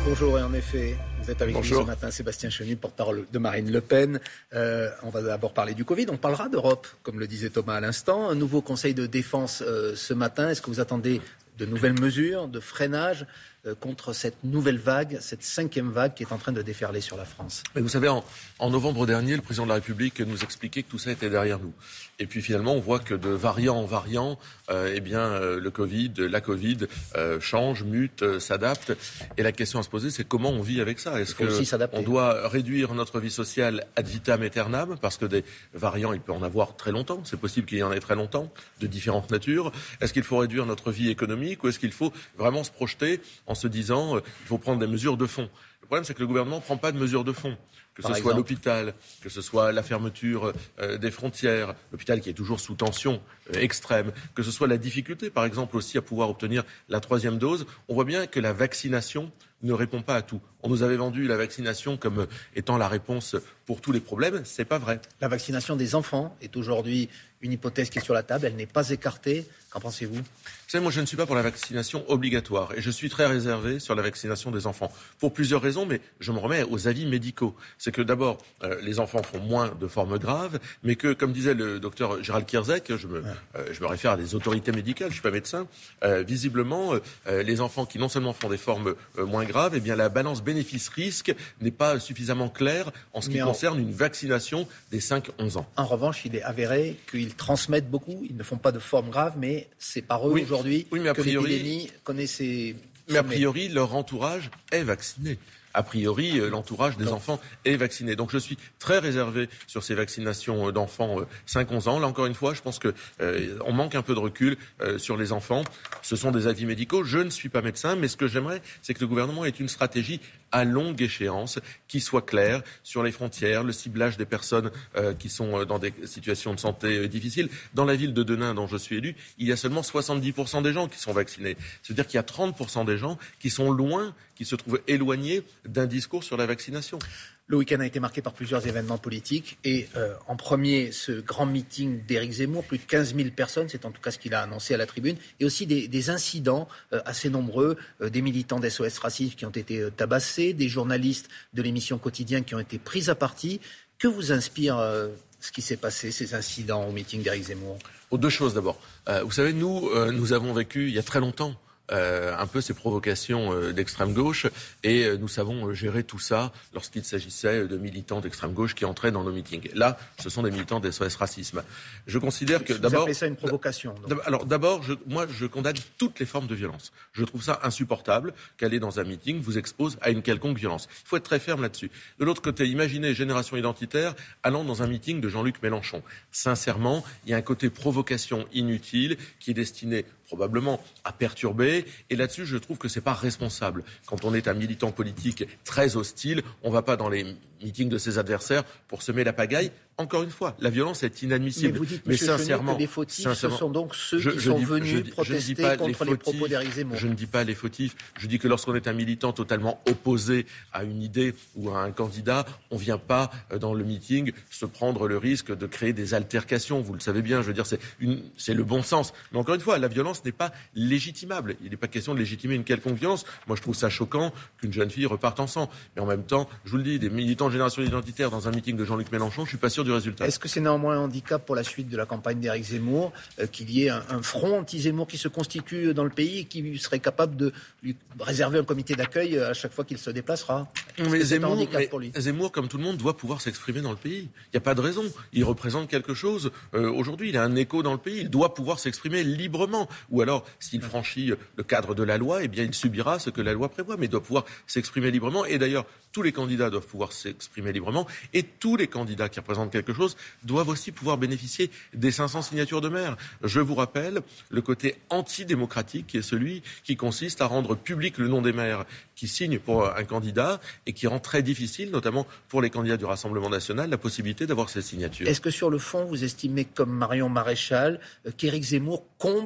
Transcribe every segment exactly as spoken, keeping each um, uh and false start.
Bonjour, et en effet, vous êtes avec Bonjour. nous ce matin, Sébastien Chenu, porte-parole de Marine Le Pen. Euh, on va d'abord parler du Covid, on parlera d'Europe, comme le disait Thomas à l'instant. Un nouveau conseil de défense euh, ce matin. Est-ce que vous attendez de nouvelles mesures, de freinage euh, contre cette nouvelle vague, cette cinquième vague qui est en train de déferler sur la France? Mais vous savez, en, en novembre dernier, le président de la République nous expliquait que tout ça était derrière nous. Et puis finalement, on voit que de variant en variant, euh, eh bien, euh, le Covid, la Covid euh, change, mute, euh, s'adapte. Et la question à se poser, c'est comment on vit avec ça. Est-ce qu'on doit réduire notre vie sociale ad vitam aeternam, parce que des variants, il peut en avoir très longtemps. C'est possible qu'il y en ait très longtemps, de différentes natures. Est-ce qu'il faut réduire notre vie économique ou est-ce qu'il faut vraiment se projeter en se disant euh, il faut prendre des mesures de fond? Le problème, c'est que le gouvernement ne prend pas de mesures de fond. Que ce soit l'hôpital, que ce soit la fermeture euh, des frontières, l'hôpital qui est toujours sous tension euh, extrême, que ce soit la difficulté, par exemple, aussi à pouvoir obtenir la troisième dose, on voit bien que la vaccination ne répond pas à tout. On nous avait vendu la vaccination comme étant la réponse pour tous les problèmes. C'est pas vrai. La vaccination des enfants est aujourd'hui une hypothèse qui est sur la table. Elle n'est pas écartée. Qu'en pensez-vous? Vous savez, moi, je ne suis pas pour la vaccination obligatoire et je suis très réservé sur la vaccination des enfants. Pour plusieurs raisons, mais je me remets aux avis médicaux. C'est que d'abord, euh, les enfants font moins de formes graves, mais que, comme disait le docteur Gérald Kierzek, je me, ouais. euh, je me réfère à des autorités médicales, je ne suis pas médecin, euh, visiblement, euh, les enfants qui non seulement font des formes euh, moins graves, eh bien, la balance bénéfice-risque n'est pas suffisamment claire en ce qui mais concerne en... une vaccination des cinq à onze ans. En revanche, il est avéré qu'ils transmettent beaucoup, ils ne font pas de formes graves, mais c'est par eux oui. aujourd'hui oui, mais a que priori, l'épidémie connaît ses... Mais a priori, leur entourage est vacciné. A priori, l'entourage des enfants est vacciné. Donc je suis très réservé sur ces vaccinations d'enfants cinq à onze ans. Là, encore une fois, je pense qu'on euh, manque un peu de recul euh, sur les enfants. Ce sont des avis médicaux. Je ne suis pas médecin, mais ce que j'aimerais, c'est que le gouvernement ait une stratégie à longue échéance qui soit claire sur les frontières, le ciblage des personnes euh, qui sont dans des situations de santé euh, difficiles. Dans la ville de Denain, dont je suis élu, il y a seulement soixante-dix pour cent des gens qui sont vaccinés. C'est-à-dire qu'il y a trente pour cent des gens qui sont loin, qui se trouvent éloignés d'un discours sur la vaccination. Le week-end a été marqué par plusieurs événements politiques et euh, en premier, ce grand meeting d'Éric Zemmour, plus de quinze mille personnes, c'est en tout cas ce qu'il a annoncé à la tribune, et aussi des, des incidents euh, assez nombreux, euh, des militants d'S O S Racisme qui ont été euh, tabassés, des journalistes de l'émission Quotidien qui ont été pris à partie. Que vous inspire euh, ce qui s'est passé, ces incidents au meeting d'Éric Zemmour? Oh, deux choses d'abord. Euh, vous savez, nous, euh, nous avons vécu il y a très longtemps Euh, un peu ces provocations euh, d'extrême gauche et euh, nous savons euh, gérer tout ça lorsqu'il s'agissait de militants d'extrême gauche qui entraient dans nos meetings. Là, ce sont des militants d'S O S Racisme. Je considère que Vous d'abord... Vous appelez ça une provocation donc. Alors d'abord, je, moi je condamne toutes les formes de violence. Je trouve ça insupportable qu'aller dans un meeting vous expose à une quelconque violence. Il faut être très ferme là-dessus. De l'autre côté, imaginez Génération Identitaire allant dans un meeting de Jean-Luc Mélenchon. Sincèrement, il y a un côté provocation inutile qui est destiné probablement à perturber. Et là-dessus, je trouve que c'est pas responsable. Quand on est un militant politique très hostile, on va pas dans les meetings de ses adversaires pour semer la pagaille. Encore une fois, la violence est inadmissible. Mais vous dites, mais M. sincèrement, Chenu, que les fautifs, sincèrement, ce sont donc ceux je, qui je sont dis, venus je dis, protester je contre les, les, les fautifs, propos d'Éric Zemmour. Je ne dis pas les fautifs. Je dis que lorsqu'on est un militant totalement opposé à une idée ou à un candidat, on ne vient pas dans le meeting se prendre le risque de créer des altercations. Vous le savez bien, je veux dire, c'est, une, c'est le bon sens. Mais encore une fois, la violence n'est pas légitimable. Il n'est pas question de légitimer une quelconque violence. Moi, je trouve ça choquant qu'une jeune fille reparte en sang. Mais en même temps, je vous le dis, des militants de Génération Identitaire dans un meeting de Jean-Luc Mélenchon, je ne suis pas sûr du résultat. Est-ce que c'est néanmoins un handicap pour la suite de la campagne d'Éric Zemmour, euh, qu'il y ait un, un front anti-Zemmour qui se constitue dans le pays et qui serait capable de lui réserver un comité d'accueil à chaque fois qu'il se déplacera? Mais Zemmour, mais pour lui Zemmour, comme tout le monde, doit pouvoir s'exprimer dans le pays. Il n'y a pas de raison. Il représente quelque chose. Euh, aujourd'hui, il a un écho dans le pays. Il doit pouvoir s'exprimer librement. Ou alors, s'il franchit le cadre de la loi, eh bien, il subira ce que la loi prévoit. Mais il doit pouvoir s'exprimer librement. Et d'ailleurs, tous les candidats doivent pouvoir s'exprimer librement. Et tous les candidats qui représentent quelque chose doivent aussi pouvoir bénéficier des cinq cents signatures de maire. Je vous rappelle le côté antidémocratique qui est celui qui consiste à rendre public le nom des maires qui signent pour un candidat et qui rend très difficile, notamment pour les candidats du Rassemblement national, la possibilité d'avoir ces signatures. Est-ce que sur le fond, vous estimez, comme Marion Maréchal, qu'Éric Zemmour comble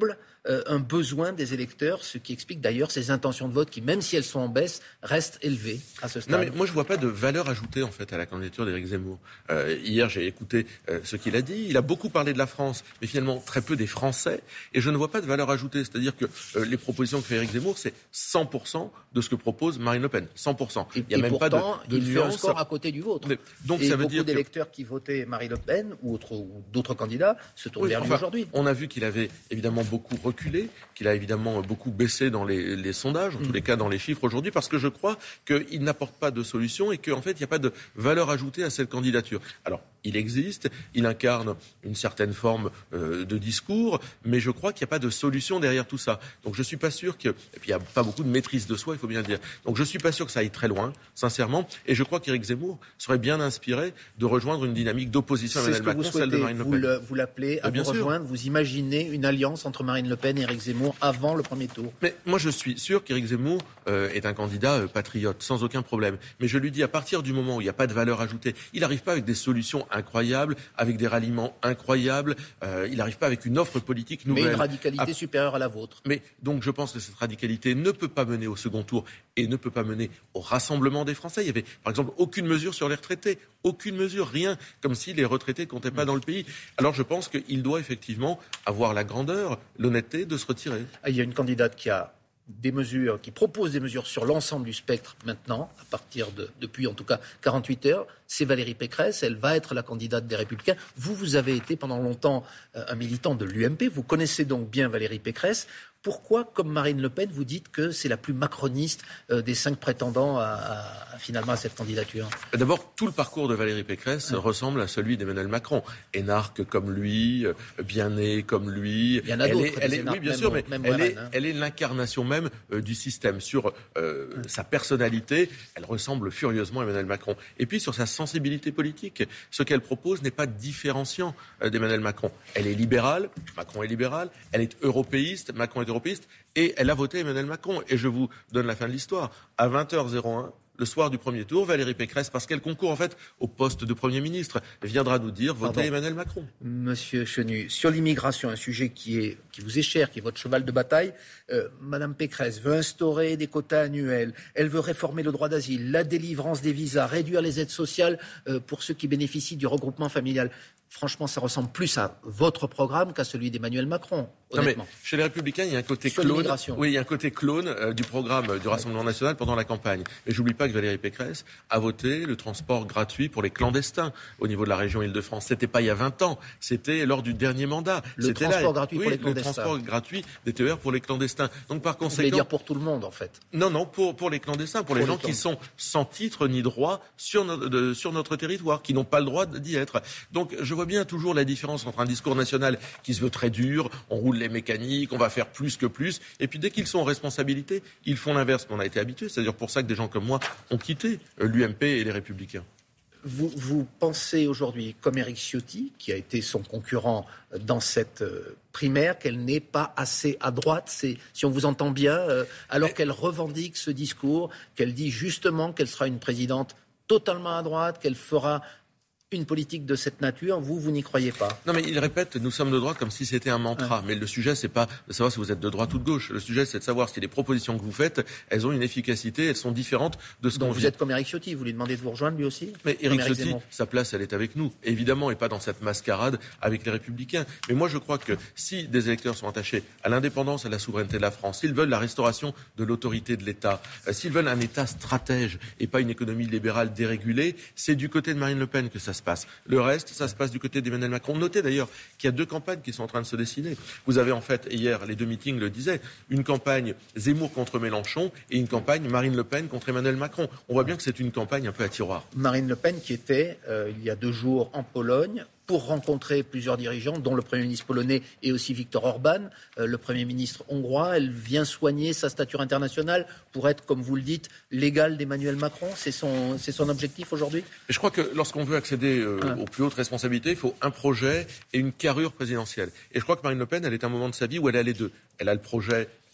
euh, un besoin des électeurs, ce qui explique d'ailleurs ces intentions de vote qui, même si elles sont en baisse, restent élevées à ce stade. Non, mais moi, je ne vois pas de valeur ajoutée, en fait, à la candidature d'Éric Zemmour. Euh, hier, j'ai écouté euh, ce qu'il a dit. Il a beaucoup parlé de la France, mais finalement, très peu des Français. Et je ne vois pas de valeur ajoutée. C'est-à-dire que euh, les propositions que fait Éric Zemmour, c'est cent pour cent de ce que propose Marine Le Pen. cent pour cent. Et, il y a et même pourtant, pas de, de il nuance. Fait un score à côté du vôtre. Mais, donc, et ça veut beaucoup dire d'électeurs que... qui votaient Marine Le Pen ou, autre, ou d'autres candidats se tournent oui, vers lui enfin, aujourd'hui. On a vu qu'il avait évidemment beaucoup reculé, qu'il a évidemment beaucoup baissé dans les, les sondages, en mmh. tous les cas dans les chiffres aujourd'hui, parce que je crois qu'il n'apporte pas de solution et qu'en fait, il n'y a pas de valeur ajoutée à cette candidature. Alors, il existe, il incarne une certaine forme euh, de discours, mais je crois qu'il n'y a pas de solution derrière tout ça. Donc je ne suis pas sûr que... Et puis il n'y a pas beaucoup de maîtrise de soi, il faut bien le dire. Donc je ne suis pas sûr que ça aille très loin, sincèrement, et je crois qu'Éric Zemmour serait bien inspiré de rejoindre une dynamique d'opposition à Emmanuel Macron, celle de Marine Le Pen. Vous, le, vous l'appelez à bien vous rejoindre, vous imaginez une alliance entre Marine Le Pen et Éric Zemmour avant le premier tour. Mais moi je suis sûr qu'Éric Zemmour euh, est un candidat euh, patriote, sans aucun problème. Mais je lui dis, à partir du moment où il n'y a pas de valeur ajoutée, il n'arrive pas avec des solutions incroyables, avec des ralliements incroyables, euh, il n'arrive pas avec une offre politique nouvelle. Mais une radicalité ah, supérieure à la vôtre. Mais donc je pense que cette radicalité ne peut pas mener au second tour et ne peut pas mener au rassemblement des Français. Il y avait par exemple aucune mesure sur les retraités, aucune mesure, rien, comme si les retraités ne comptaient pas dans le pays. Alors je pense qu'il doit effectivement avoir la grandeur, l'honnêteté de se retirer. Ah, il y a une candidate qui a des mesures, qui propose des mesures sur l'ensemble du spectre maintenant, à partir de, depuis en tout cas quarante-huit heures, c'est Valérie Pécresse, elle va être la candidate des Républicains. Vous, vous avez été pendant longtemps euh, un militant de l'U M P, vous connaissez donc bien Valérie Pécresse. Pourquoi, comme Marine Le Pen, vous dites que c'est la plus macroniste euh, des cinq prétendants à, à, à, finalement à cette candidature ? D'abord, tout le parcours de Valérie Pécresse ouais. ressemble à celui d'Emmanuel Macron. Énarque comme lui, bien né comme lui. Il y en a elle d'autres. Est, elle est, oui, bien même, sûr, mais même elle, Warren, est, hein. elle est l'incarnation même euh, du système. Sur euh, ouais. sa personnalité, elle ressemble furieusement à Emmanuel Macron. Et puis sur sa sensibilité politique, ce qu'elle propose n'est pas différenciant euh, d'Emmanuel Macron. Elle est libérale, Macron est libéral. Elle est européiste, Macron est européiste. Et elle a voté Emmanuel Macron. Et je vous donne la fin de l'histoire. À vingt heures un, le soir du premier tour, Valérie Pécresse, parce qu'elle concourt en fait au poste de Premier ministre, viendra nous dire votez Pardon. Emmanuel Macron. Monsieur Chenu, sur l'immigration, un sujet qui, est, qui vous est cher, qui est votre cheval de bataille, euh, Madame Pécresse veut instaurer des quotas annuels, elle veut réformer le droit d'asile, la délivrance des visas, réduire les aides sociales euh, pour ceux qui bénéficient du regroupement familial. Franchement, ça ressemble plus à votre programme qu'à celui d'Emmanuel Macron, honnêtement. Non mais chez les Républicains, il y a un côté Sur clone. Oui, il y a un côté clone euh, du programme euh, du Rassemblement ouais. national pendant la campagne. Et j'oublie pas que Valérie Pécresse a voté le transport gratuit pour les clandestins au niveau de la région Île-de-France. C'était pas il y a vingt ans, c'était lors du dernier mandat. Le c'était transport là. gratuit oui, pour les clandestins. Le transport gratuit des T E R pour les clandestins. Donc par conséquent, vous voulez dire pour tout le monde en fait. Non, non, pour pour les clandestins, pour, pour les, les gens qui sont sans titre ni droit sur notre de, sur notre territoire, qui n'ont pas le droit d'y être. Donc je vois bien toujours la différence entre un discours national qui se veut très dur, on roule les mécaniques, on va faire plus que plus, et puis dès qu'ils sont en responsabilité, ils font l'inverse qu'on a été habitué. C'est-à-dire pour ça que des gens comme moi ont quitté l'U M P et les Républicains. Vous, vous pensez aujourd'hui, comme Éric Ciotti, qui a été son concurrent dans cette primaire, qu'elle n'est pas assez à droite, c'est, si on vous entend bien, euh, alors qu'elle revendique ce discours, qu'elle dit justement qu'elle sera une présidente totalement à droite, qu'elle fera une politique de cette nature, vous, vous n'y croyez pas? Non, mais il répète, nous sommes de droite comme si c'était un mantra. Ouais. Mais le sujet, c'est pas de savoir si vous êtes de droite ou de gauche. Le sujet, c'est de savoir si les propositions que vous faites, elles ont une efficacité, elles sont différentes de ce Donc qu'on vous vit. êtes comme Éric Ciotti, vous lui demandez de vous rejoindre lui aussi? Mais Éric Ciotti, sa place, elle est avec nous, évidemment, et pas dans cette mascarade avec les Républicains. Mais moi, je crois que si des électeurs sont attachés à l'indépendance, à la souveraineté de la France, s'ils veulent la restauration de l'autorité de l'État, euh, s'ils veulent un État stratège et pas une économie libérale dérégulée, c'est du côté de Marine Le Pen que ça se passe. Le reste, ça se passe du côté d'Emmanuel Macron. Notez d'ailleurs qu'il y a deux campagnes qui sont en train de se dessiner. Vous avez en fait, hier, les deux meetings le disaient, une campagne Zemmour contre Mélenchon et une campagne Marine Le Pen contre Emmanuel Macron. On voit bien que c'est une campagne un peu à tiroir. Marine Le Pen qui était, euh, il y a deux jours, en Pologne, pour rencontrer plusieurs dirigeants, dont le Premier ministre polonais et aussi Viktor Orban, euh, le Premier ministre hongrois. Elle vient soigner sa stature internationale pour être, comme vous le dites, l'égale d'Emmanuel Macron. C'est son, c'est son objectif aujourd'hui? Et je crois que lorsqu'on veut accéder euh, ouais. aux plus hautes responsabilités, il faut un projet et une carrure présidentielle. Et je crois que Marine Le Pen, elle est à un moment de sa vie où elle a les deux. Elle a le projet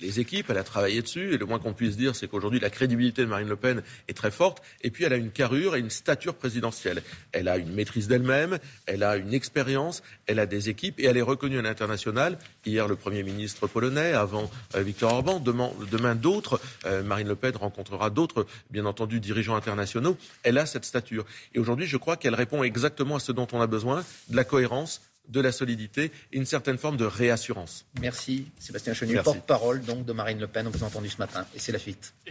les équipes, elle a travaillé dessus, et le moins qu'on puisse dire, c'est qu'aujourd'hui, la crédibilité de Marine Le Pen est très forte, et puis elle a une carrure et une stature présidentielle. Elle a une maîtrise d'elle-même, elle a une expérience, elle a des équipes, et elle est reconnue à l'international. Hier, le Premier ministre polonais, avant euh, Viktor Orban, demain, demain d'autres, euh, Marine Le Pen rencontrera d'autres, bien entendu, dirigeants internationaux. Elle a cette stature. Et aujourd'hui, je crois qu'elle répond exactement à ce dont on a besoin, de la cohérence, de la solidité et une certaine forme de réassurance. Merci Sébastien Chenu, porte-parole donc de Marine Le Pen, on vous a entendu ce matin, et c'est la suite.